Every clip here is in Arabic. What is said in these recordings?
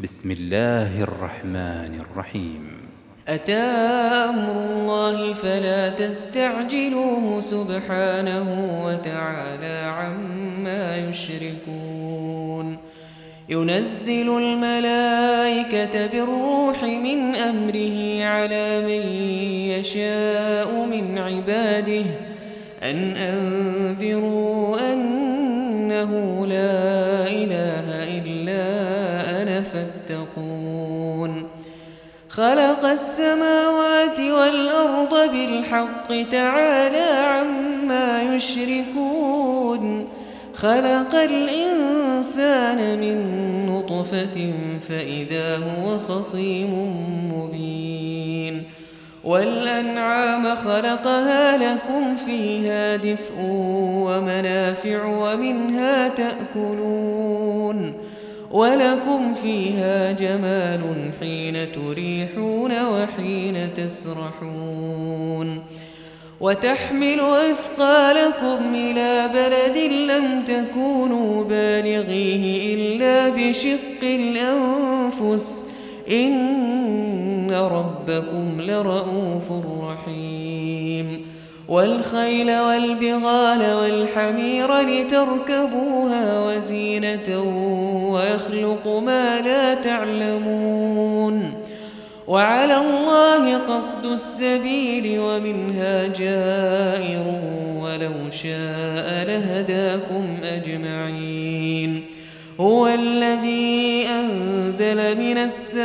بسم الله الرحمن الرحيم. أتى أمر الله فلا تستعجلوه سبحانه وتعالى عما يشركون. ينزل الملائكة بالروح من أمره على من يشاء من عباده أن أنذروا أنه لا إله إلا أنا فاتقون. خلق السماوات والأرض بالحق تعالى عما يشركون. خلق الإنسان من نطفة فإذا هو خصيم مبين. والأنعام خلقها لكم فيها دفء ومنافع ومنها تأكلون ولكم فيها جمال حين تريحون وحين تسرحون. وتحمل أثقالكم إلى بلد لم تكونوا بالغيه إلا بشق الأنفس إن ربكم لرؤوف رحيم. والخيل والبغال والحمير لتركبوها وزينة ويخلق ما لا تعلمون. وعلى الله قصد السبيل ومنها جائر ولو شاء لهداكم أجمعين. هو الذي أنزل من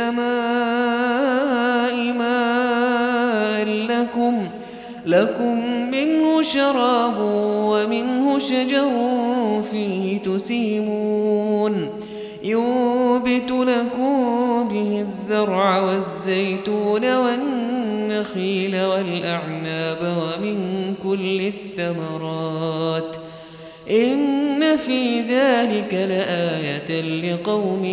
السماء ماء لكم منه شراب ومنه شجر فيه تسيمون. ينبت لكم به الزرع والزيتون والنخيل والأعناب ومن كل الثمرات إن في ذلك لآية لقوم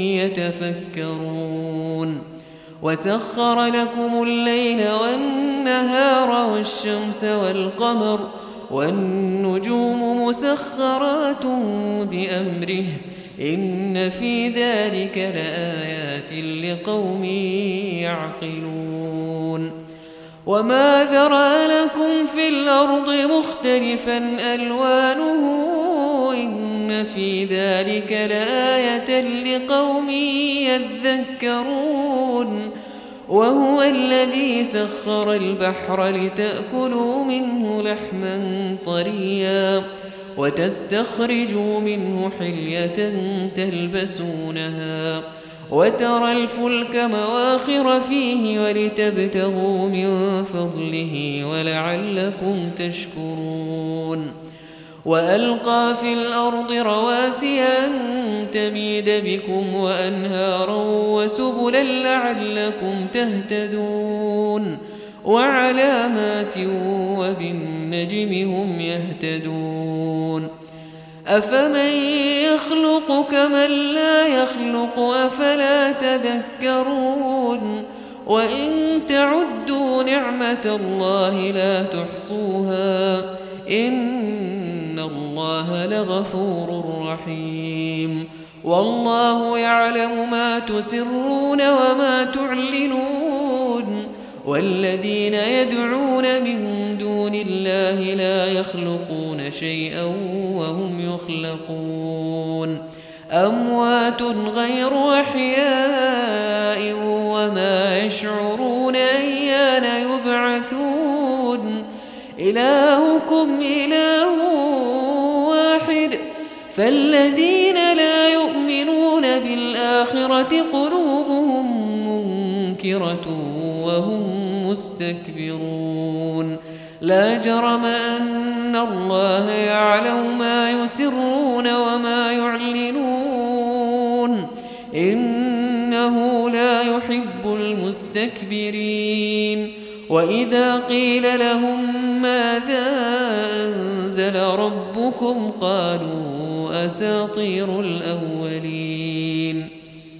يتفكرون. وسخر لكم الليل والنهار والشمس والقمر والنجوم مسخرات بأمره إن في ذلك لآيات لقوم يعقلون. وما ذرأ لكم في الأرض مختلفا ألوانه إن في ذلك لآية لقوم يذكرون. وهو الذي سخر البحر لتأكلوا منه لحما طريا وتستخرجوا منه حلية تلبسونها وترى الفلك مواخر فيه ولتبتغوا من فضله ولعلكم تشكرون. وألقى في الأرض رواسي أن تميد بكم وأنهارا وسبلا لعلكم تهتدون. وعلامات وبالنجم هم يهتدون. أفمن يخلق كمن لا يخلق أفلا تذكرون. وإن تعدوا نعمة الله لا تحصوها إن الله لغفور رحيم. والله يعلم ما تسرون وما تعلنون. والذين يدعون من دون الله لا يخلقون شيئا وهم يخلقون. أموات غير أحياء وما يشعرون أيان يبعثون. إلهكم إله واحد فالذين لا يؤمنون بالآخرة قلوبهم منكرة وهم مستكبرون. لا جرم أن الله يعلم ما يسرون وما يعلنون إنه لا يحب المستكبرين. وإذا قيل لهم ماذا أنزل ربكم قالوا أساطير الأولين.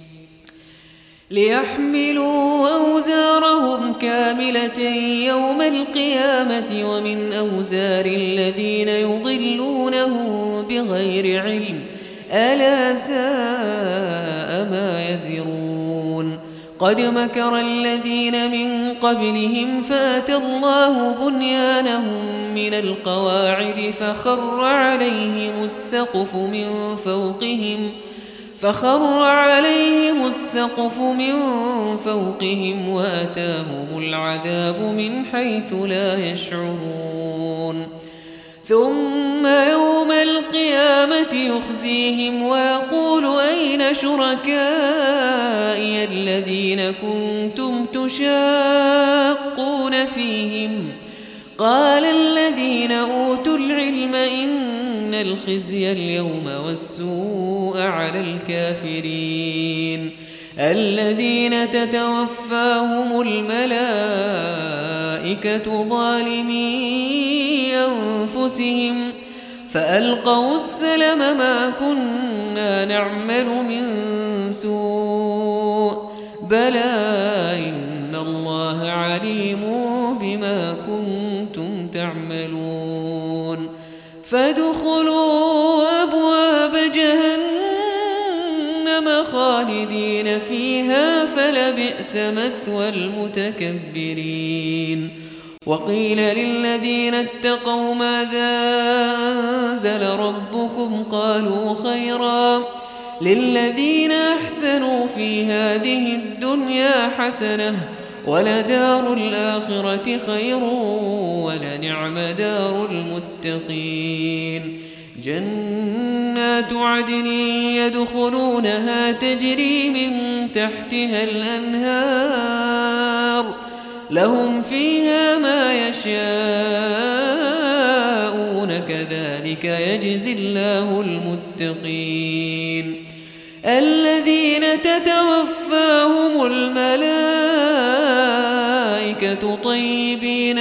ليحملوا أوزارهم كاملة يوم القيامة ومن أوزار الذين يضلونه بغير علم ألا ساء على ما يزرون قد مكر الذين من قبلهم فأتى الله بنيانهم من القواعد فخر عليهم السقف من فوقهم وأتاهم العذاب من حيث لا يشعرون ثم يوم القيامة يخزيهم ويقول أين شركائي الذين كنتم تشاقون فيهم قال الذين أوتوا العلم إن الخزي اليوم والسوء على الكافرين الذين تتوفاهم الملائكة ظالمي أنفسهم فألقوا السلم ما كنا نعمل من سوء بلى إن الله عليم بما كنتم تعملون فادخلوا أبواب جهنم خالدين فيها فلبئس مثوى المتكبرين وقيل للذين اتقوا ماذا أنزل ربكم قالوا خيرا للذين أحسنوا في هذه الدنيا حسنة ولدار الآخرة خير ولنعم دار المتقين جنات عدن يدخلونها تجري من تحتها الأنهار لهم فيها ما يشاءون كذلك يجزي الله المتقين الذين تتوفاهم الملائكة طيبين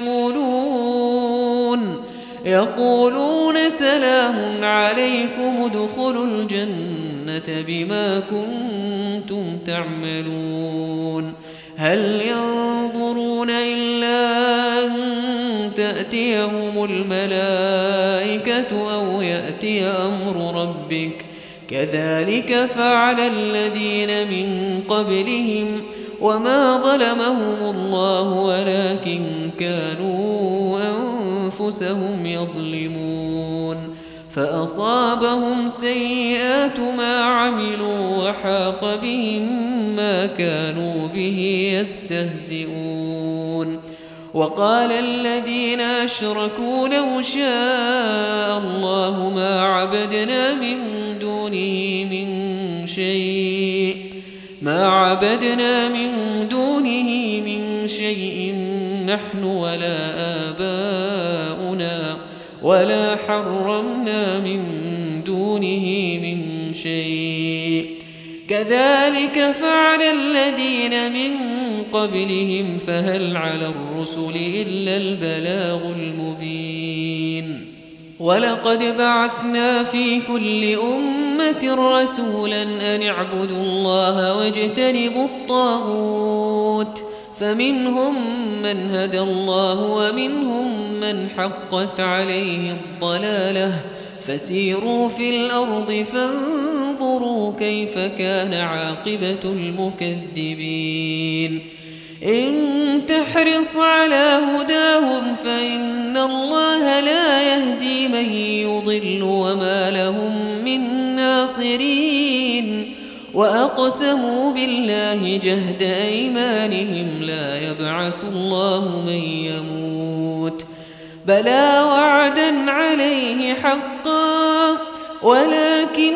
يقولون سلام عليكم ادخلوا الجنة بما كنتم تعملون هل ينظرون إلا أن تأتيهم الملائكة أو يأتي أمر ربك كذلك فعل الذين من قبلهم وما ظلمهم الله ولكن كانوا أنفسهم يظلمون فأصابهم سيئات ما عملوا وحاق بهم ما كانوا به يستهزئون وقال الذين أشركوا لو شاء الله ما عبدنا من دونه من شيء نحن ولا آباؤنا ولا حرمنا من دونه من شيء كذلك فعل الذين من قبلهم فهل على الرسل إلا البلاغ المبين ولقد بعثنا في كل أمة رسولا أن اعبدوا الله واجتنبوا الطاغوت فمنهم من هدى الله ومنهم من حقت عليه الضلالة فسيروا في الأرض فانظروا كيف كان عاقبة المكذبين إن تحرص على هداهم فإن الله لا يهدي من يضل وما لهم من ناصرين وأقسموا بالله جهد أيمانهم لا يبعث الله من يموت بلى وعدا عليه حقا ولكن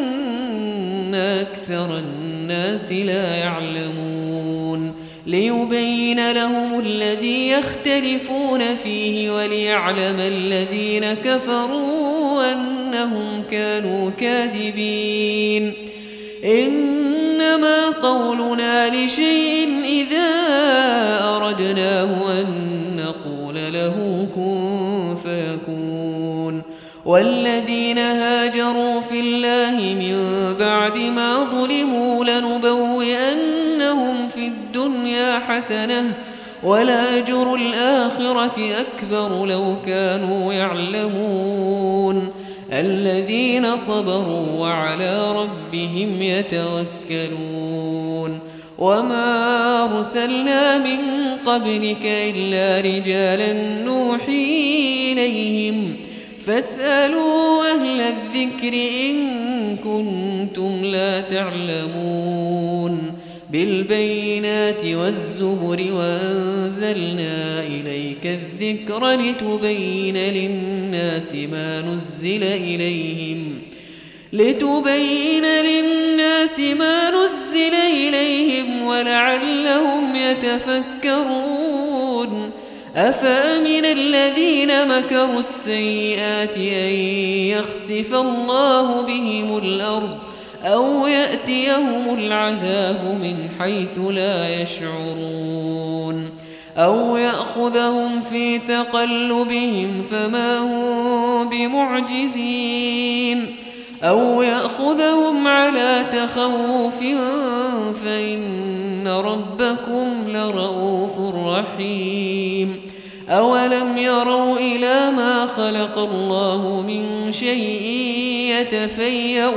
أكثر الناس لا يعلمون ليبين لهم الذي يختلفون فيه وليعلم الذين كفروا أنهم كانوا كاذبين إنما قولنا لشيء إذا أردناه أن نقول له كن فيكون والذين هاجروا في الله من بعد ما ظلموا لنبوئنهم في الدنيا حسنة ولأجر الآخرة أكبر لو كانوا يعلمون الذين صبروا وعلى ربهم يتوكلون وما أرسلنا من قبلك إلا رجالا نوحي إليهم فاسألوا أهل الذكر إن كنتم لا تعلمون بالبينات والزبر وأنزلنا إليك الذكر لتبين للناس ما نزل إليهم ولعلهم يتفكرون أفأمن الذين مكروا السيئات أن يخسف الله بهم الأرض أو يأتيهم العذاب من حيث لا يشعرون أو يأخذهم في تقلبهم فما هم بمعجزين أو يأخذهم على تخوف فإن ربكم لرؤوف رحيم أولم يروا إلى ما خلق الله من شيء يتفيأ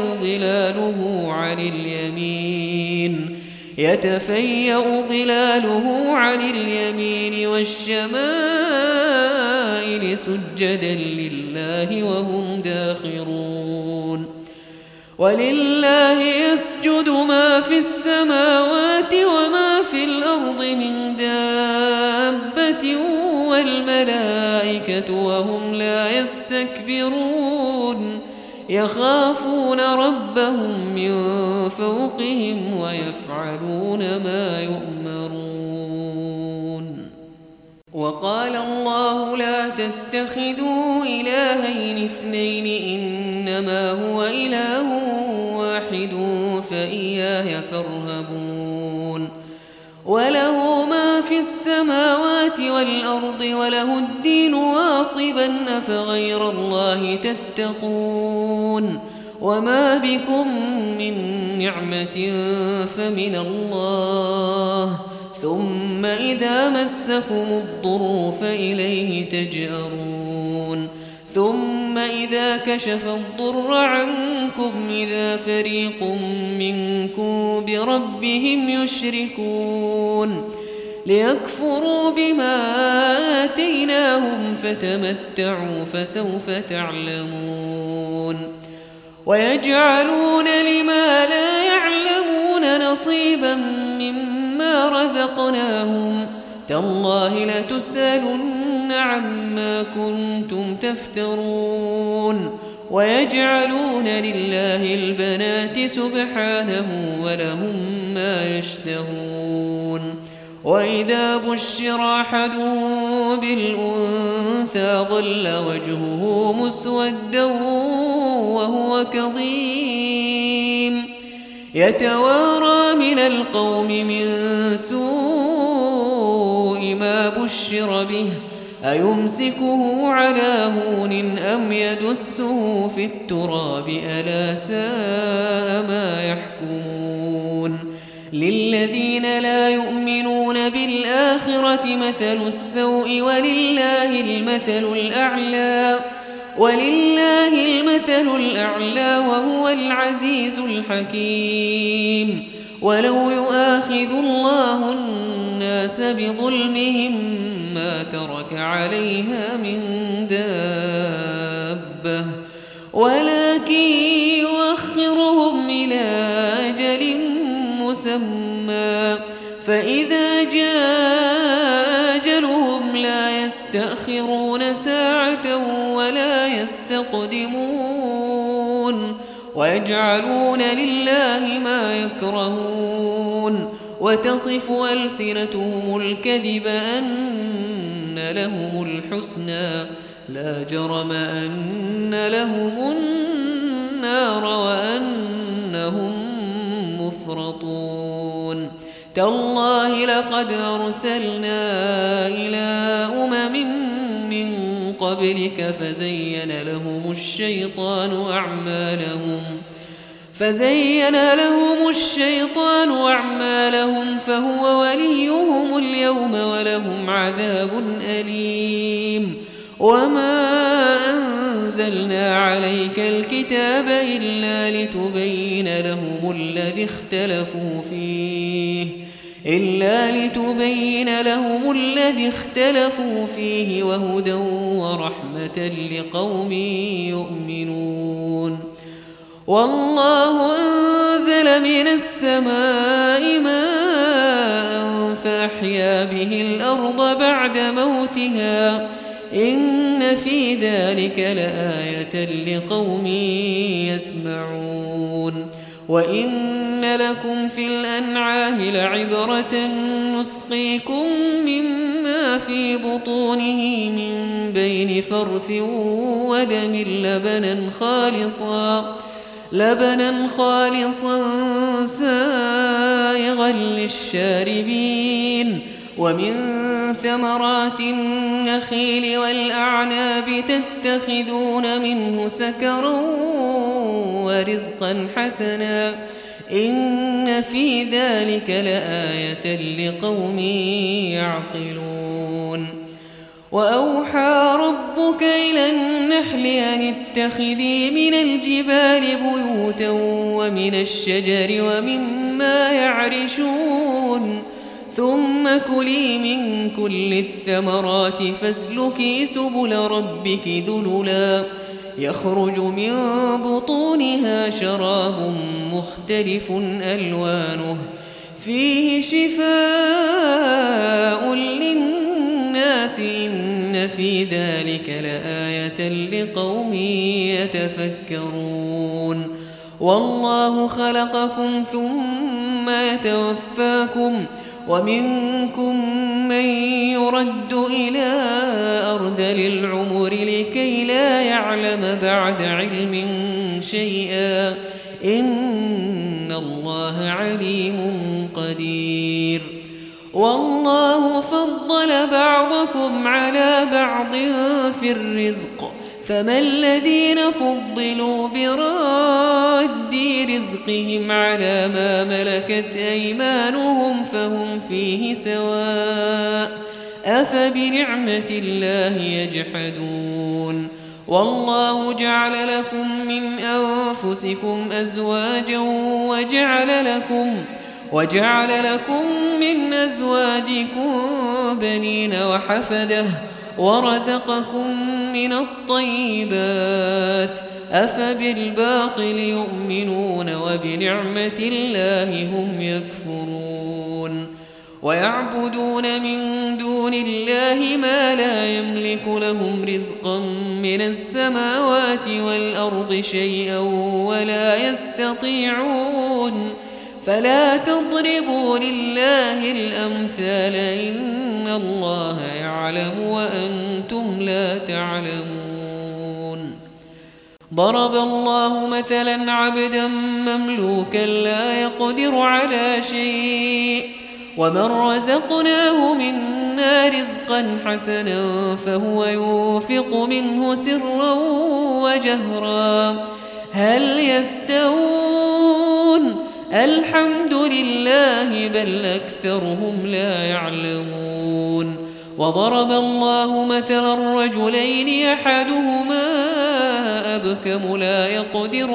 ظلاله عن اليمين والشمائل سجدا لله وهم داخرون ولله يسجد ما في السماوات وما في الأرض من دابة والملائكة وهم لا يستكبرون يخافون ربهم من فوقهم ويفعلون ما يؤمرون وقال الله لا تتخذوا إلهين اثنين إنما هو إله واحد فإياي فارهبون وله ما في السماوات والأرض وله الدين واصبا أفغير الله تتقون وما بكم من نعمة فمن الله ثم إذا مسكم الضر فإليه تجأرون ثم إذا كشف الضر عنكم إذا فريق منكم بربهم يشركون ليكفروا بما آتيناهم فتمتعوا فسوف تعلمون ويجعلون لما لا يعلمون نصيبا مما رزقناهم تالله لتسألن عما كنتم تفترون ويجعلون لله البنات سبحانه ولهم ما يشتهون وإذا بشر أحدهم بالأنثى ظل وجهه مسودا وهو كظيم يتوارى من القوم من سوء ما بشر به أيمسكه على هون أم يدسه في التراب ألا ساء ما يحكمون للذين لا يؤمنون بالآخرة مثل السوء ولله المثل الأعلى وهو العزيز الحكيم ولو يؤاخذ الله الناس بظلمهم ما ترك عليها من دابة ولكن يؤخرهم إلى أجل مسمى فإذا جاء أجلهم لا يستأخرون ساعة ولا يستقدمون ويجعلون لله ما يكرهون وتصف ألسنتهم الكذب أن لهم الحسنى لا جرم أن لهم النار وأنهم مفرطون تالله لقد أرسلنا إلى من قبلك فزين لهم الشيطان أعمالهم فهو وليهم اليوم ولهم عذاب أليم وما أنزل أنزلنا عليك الكتاب إلا لتبين لهم الذي اختلفوا فيه وهدى ورحمة لقوم يؤمنون. والله أنزل من السماء ماء فأحيا به الأرض بعد موتها إن في ذلك لآية لقوم يسمعون. وإن لكم في الأنعام لعبرة نسقيكم مما في بطونه من بين فرث ودم لبنا خالصا سائغا للشاربين. ومن ثمرات النخيل والأعناب تتخذون منه سكرا ورزقا حسنا إن في ذلك لآية لقوم يعقلون. وأوحى ربك إلى النحل أن اتخذي من الجبال بيوتا ومن الشجر ومما يعرشون ثم كلي من كل الثمرات فاسلكي سبل ربك ذللا يخرج من بطونها شراب مختلف ألوانه فيه شفاء للناس إن في ذلك لآية لقوم يتفكرون. والله خلقكم ثم يتوفاكم ومنكم من يرد إلى أرذل العمر لكي لا يعلم بعد علم شيئا إن الله عليم قدير. والله فضل بعضكم على بعض في الرزق فما الذين فضلوا براد رزقهم على ما ملكت أيمانهم فهم فيه سواء أفبنعمة الله يجحدون. والله جعل لكم من أنفسكم أزواجا وجعل لكم من أزواجكم بنين وحفدة ورزقكم من الطيبات أفبالباطل يؤمنون وبنعمة الله هم يكفرون. ويعبدون من دون الله ما لا يملك لهم رزقا من السماوات والأرض شيئا ولا يستطيعون فلا تضربوا لله الأمثال إن الله يعلم وأنتم لا تعلمون. ضرب الله مثلا عبدا مملوكا لا يقدر على شيء ومن رزقناه منا رزقا حسنا فهو ينفق منه سرا وجهرا هل يستوون الحمد لله بل أكثرهم لا يعلمون. وضرب الله مثلا رجلين أحدهما أبكم لا يقدر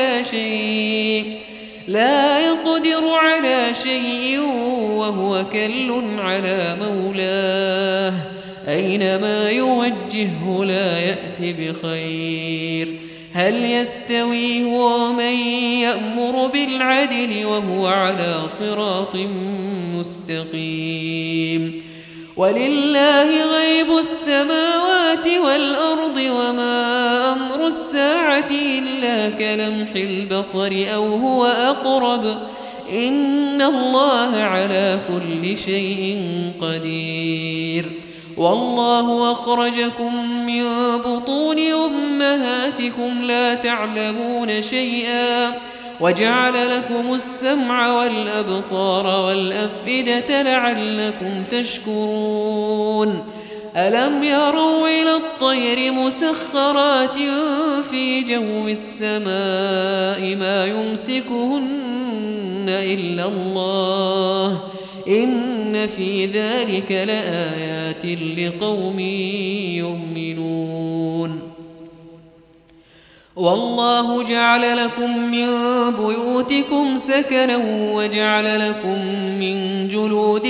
على شيء وهو كل على مولاه أينما يوجهه لا يأتي بخير هل يستوي هو ومن يأمر بالعدل وهو على صراط مستقيم. ولله غيب السماوات والأرض وما أمر الساعة إلا كلمح البصر أو هو أقرب إن الله على كل شيء قدير. والله أخرجكم من بطون أمهاتكم لا تعلمون شيئا وجعل لكم السمع والأبصار والأفئدة لعلكم تشكرون. ألم يروا إلى الطير مسخرات في جو السماء ما يمسكهن إلا الله إن في ذلك لآيات لقوم يؤمنون. والله جعل لكم من بيوتكم سكنا وجعل لكم من جلود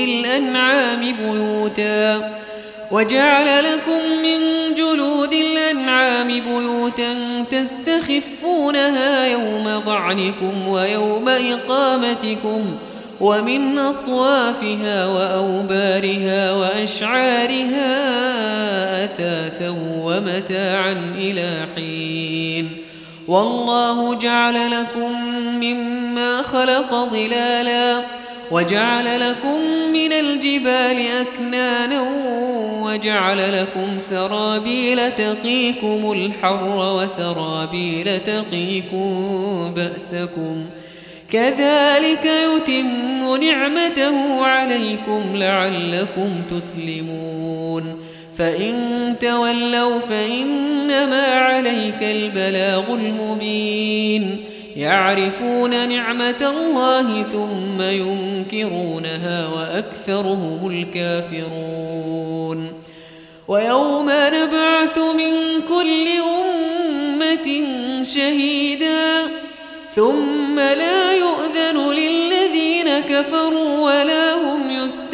الأنعام بيوتا تستخفونها يوم ظعنكم ويوم إقامتكم ومن أصوافها وأوبارها وأشعارها أثاثا ومتاعا إلى حين والله جعل لكم مما خلق ظلالا وجعل لكم من الجبال أكنانا وجعل لكم سرابيل تقيكم الحر وسرابيل تقيكم بأسكم كذلك يتم نعمته عليكم لعلكم تسلمون فإن تولوا فإنما عليك البلاغ المبين يعرفون نعمة الله ثم ينكرونها وأكثرهم الكافرون ويوم نبعث من كل أمة شهيدا ثم لا يؤذن للذين كفروا ولا هم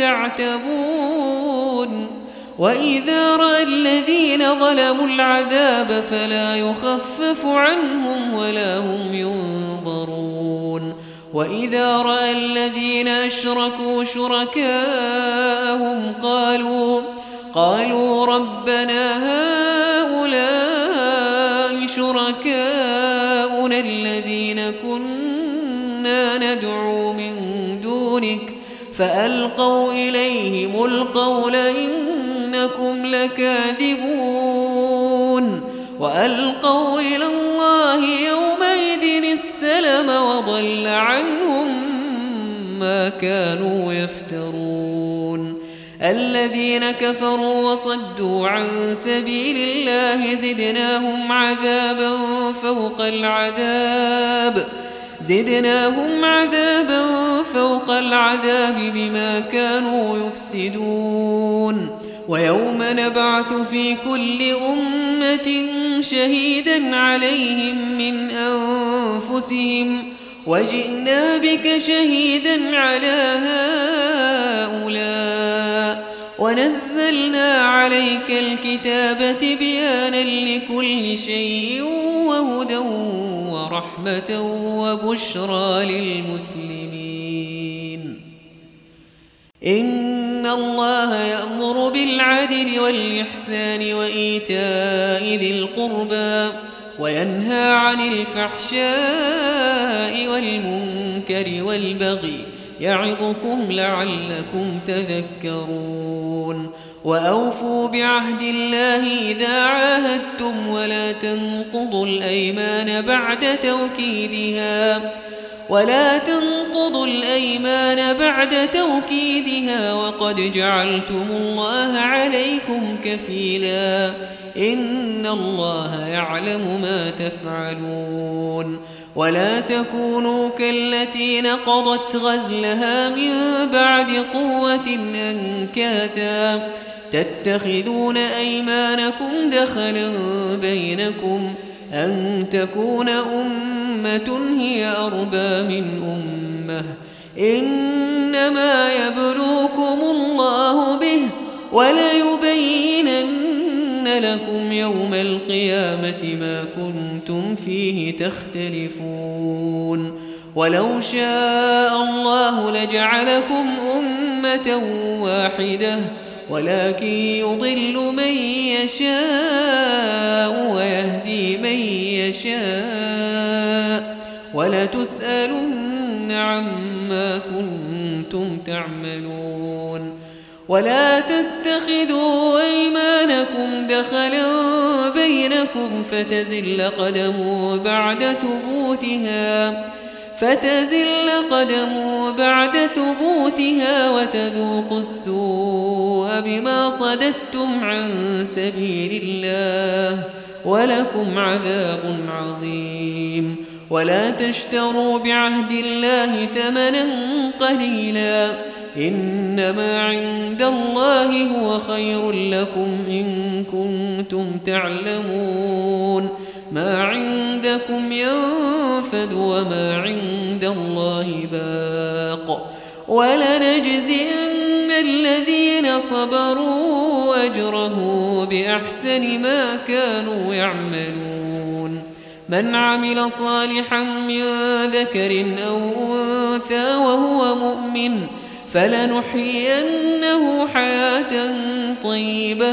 يستعتبون وإذا رأى الذين ظلموا العذاب فلا يخفف عنهم ولا هم ينظرون وإذا رأى الذين أشركوا شركاءهم قالوا ربنا هؤلاء شركاؤنا الذين كنا ندعو من دونك فألقوا إليهم القول إنكم لكاذبون وألقوا إلى الله يومئذ السلم وضل عنهم ما كانوا يفترون الذين كفروا وصدوا عن سبيل الله زدناهم عذابا فوق العذاب بما كانوا يفسدون ويوم نبعث في كل أمة شهيدا عليهم من أنفسهم وجئنا بك شهيدا على هؤلاء ونزلنا عليك الكتاب تبيانا لكل شيء وهدى ورحمة وبشرى للمسلمين إن الله يأمر بالعدل والإحسان وإيتاء ذي القربى وينهى عن الفحشاء والمنكر والبغي يعظكم لعلكم تذكرون وأوفوا بعهد الله إذا عاهدتم ولا تنقضوا الأيمان بعد توكيدها وقد جعلتم الله عليكم كفيلا إن الله يعلم ما تفعلون ولا تكونوا كالتي نقضت غزلها من بعد قوة أنكاثا تتخذون أيمانكم دخلا بينكم أن تكون أمة هي أربى من أمة إنما يبلوكم الله به وليبينن لكم يوم القيامة ما كنتم فيه تختلفون ولو شاء الله لجعلكم أمة واحدة ولكن يضل من يشاء ويهدي من يشاء ولتسألن عما كنتم تعملون ولا تتخذوا أيمانكم دخلا بينكم فتزل قدم بعد ثبوتها وتذوقوا السوء بما صددتم عن سبيل الله ولكم عذاب عظيم ولا تشتروا بعهد الله ثمنا قليلا إنما عند الله هو خير لكم إن كنتم تعلمون ما عند عندكم ينفد وما عند الله باق ولنجزين الذين صبروا أجره بأحسن ما كانوا يعملون من عمل صالحا من ذكر أو أنثى وهو مؤمن فلنحيينه حياة طيبة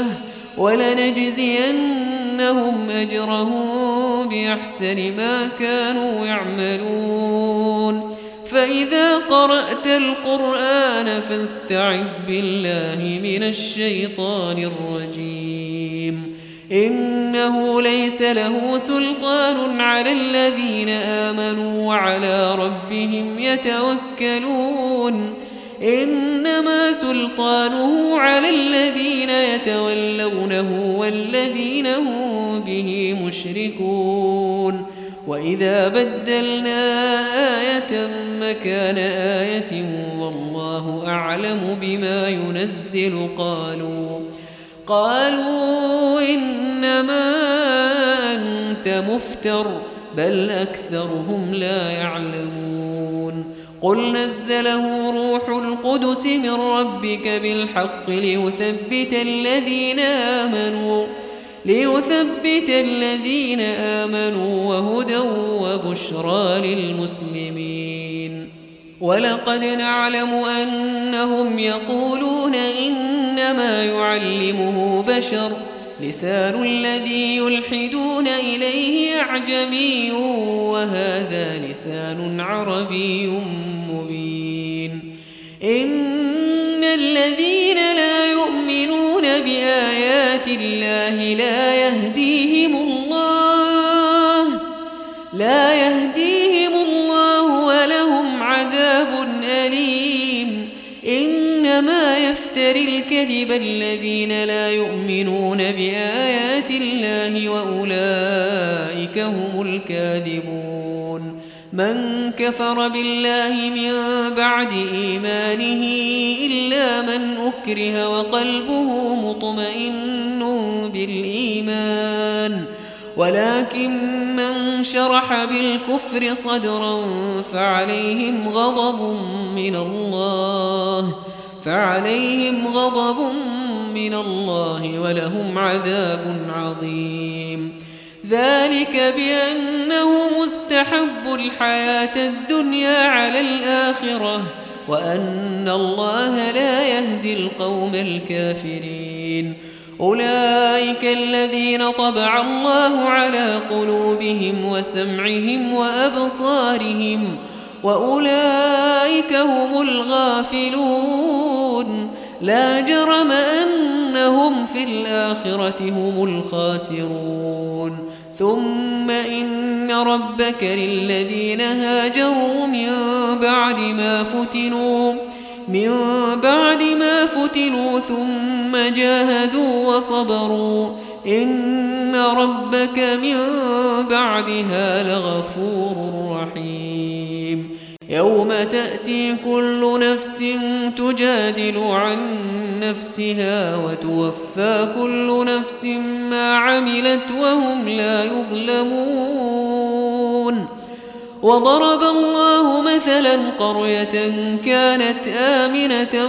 ولنجزينهم أجرهم بأحسن ما كانوا يعملون فإذا قرأت القرآن فاستعذ بالله من الشيطان الرجيم إنه ليس له سلطان على الذين آمنوا وعلى ربهم يتوكلون إنما سلطانه على الذين يتولونه والذين هم به مشركون وإذا بدلنا آية مكان آية والله أعلم بما ينزل قالوا إنما أنت مفتر بل أكثرهم لا يعلمون قل نزله روح القدس من ربك بالحق ليثبت الذين آمنوا وهدى وبشرى للمسلمين ولقد نعلم أنهم يقولون إنما يعلمه بشر لسان الذي يلحدون إليه أعجمي وهذا لسان عربي مبين إن الذين لا يؤمنون بآيات الله لا يهديهم الله ولهم عذاب أليم إنما يفتري الكذب الذين لا يؤمنون بآيات الله وأولئك هم الكاذبون من كفر بالله من بعد إيمانه إلا من أكره وقلبه مطمئن بالإيمان ولكن من شرح بالكفر صدرا فعليهم غضب من الله ولهم عذاب عظيم ذلك بأنه مستحب الحياة الدنيا على الآخرة وأن الله لا يهدي القوم الكافرين أولئك الذين طبع الله على قلوبهم وسمعهم وأبصارهم وأولئك هم الغافلون لا جرم أنهم في الآخرة هم الخاسرون ثم إن ربك للذين هاجروا من بعد ما فتنوا ثم جاهدوا وصبروا إن ربك من بعدها لغفور رحيم يوم تأتي كل نفس تجادل عن نفسها وتوفى كل نفس ما عملت وهم لا يظلمون وضرب الله مثلا قرية كانت آمنة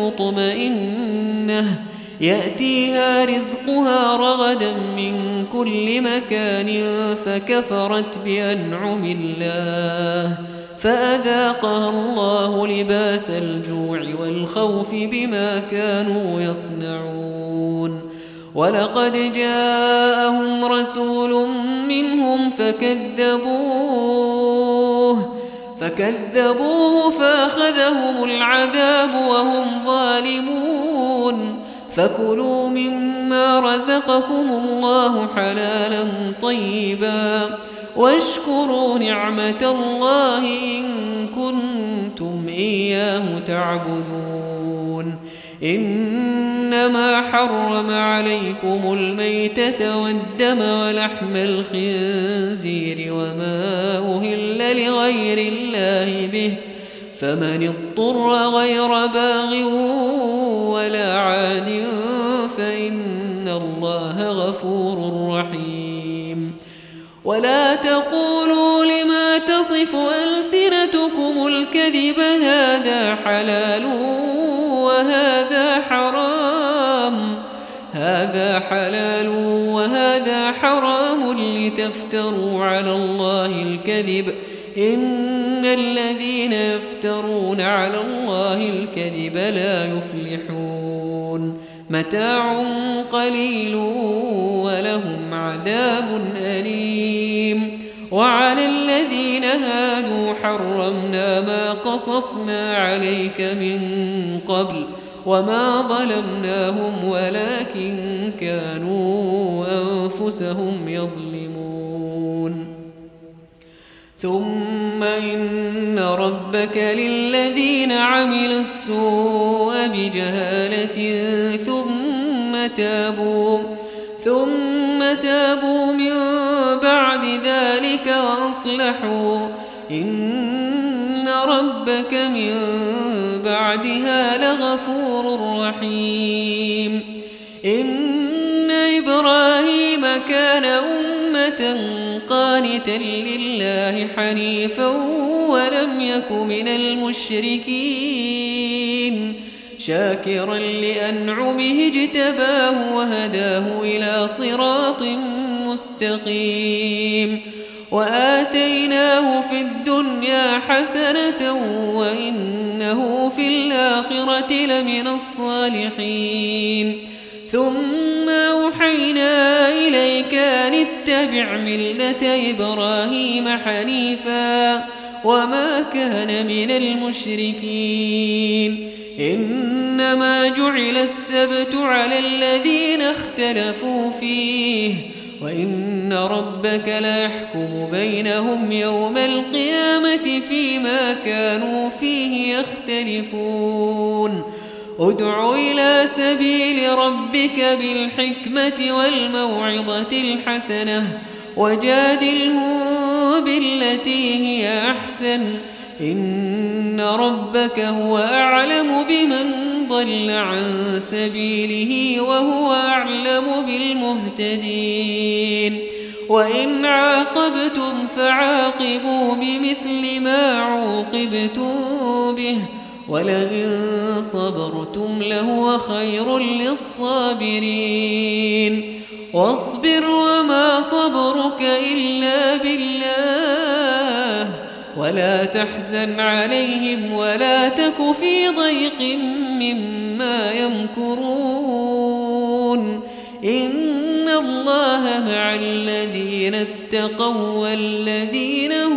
مطمئنة يأتيها رزقها رغدا من كل مكان فكفرت بأنعم الله فأذاقها الله لباس الجوع والخوف بما كانوا يصنعون ولقد جاءهم رسول منهم فكذبوه فأخذهم العذاب وهم ظالمون فكلوا مما رزقكم الله حلالا طيبا واشكروا نعمة الله إن كنتم إياه تعبدون إنما حرم عليكم الميتة والدم ولحم الخنزير وما أهل لغير الله به فمن اضطر غير باغ ولا عاد فإن الله غفور رحيم ولا تقولوا لما تصف ألسنتكم الكذب هذا حلال وهذا حرام لتفتروا على الله الكذب إن الذين يفترون على الله الكذب لا يفلحون متاع قليل ولهم عذاب أليم وعلى الذين هادوا حرمنا ما قصصنا عليك من قبل وما ظلمناهم ولكن كانوا أنفسهم يظلمون ثم إن ربك للذين عملوا السوء بجهالة ثم تابوا من بعد ذلك وأصلحوا إن ربك من بعدها لغفور رحيم إن إبراهيم كان أمة قانتا لله حنيفا ولم يك من المشركين شاكرا لأنعمه اجتباه وهداه إلى صراط مستقيم وآتيناه في الدنيا حسنة وإنه في الآخرة لمن الصالحين ثم أوحينا إليك أن اتبع ملة إبراهيم حنيفا وما كان من المشركين إنما جعل السبت على الذين اختلفوا فيه وإن ربك ليحكم بينهم يوم القيامة فيما كانوا فيه يختلفون ادع إلى سبيل ربك بالحكمة والموعظة الحسنة وجادلهم بالتي هي أحسن إن ربك هو أعلم بمن ضل عن سبيله وهو أعلم بالمهتدين وإن عاقبتم فعاقبوا بمثل ما عوقبتم به ولئن صبرتم لهو خير للصابرين واصبر وما صبرك إلا بالله ولا تحزن عليهم ولا تك في ضيق مما يمكرون إن الله مع الذين اتقوا والذين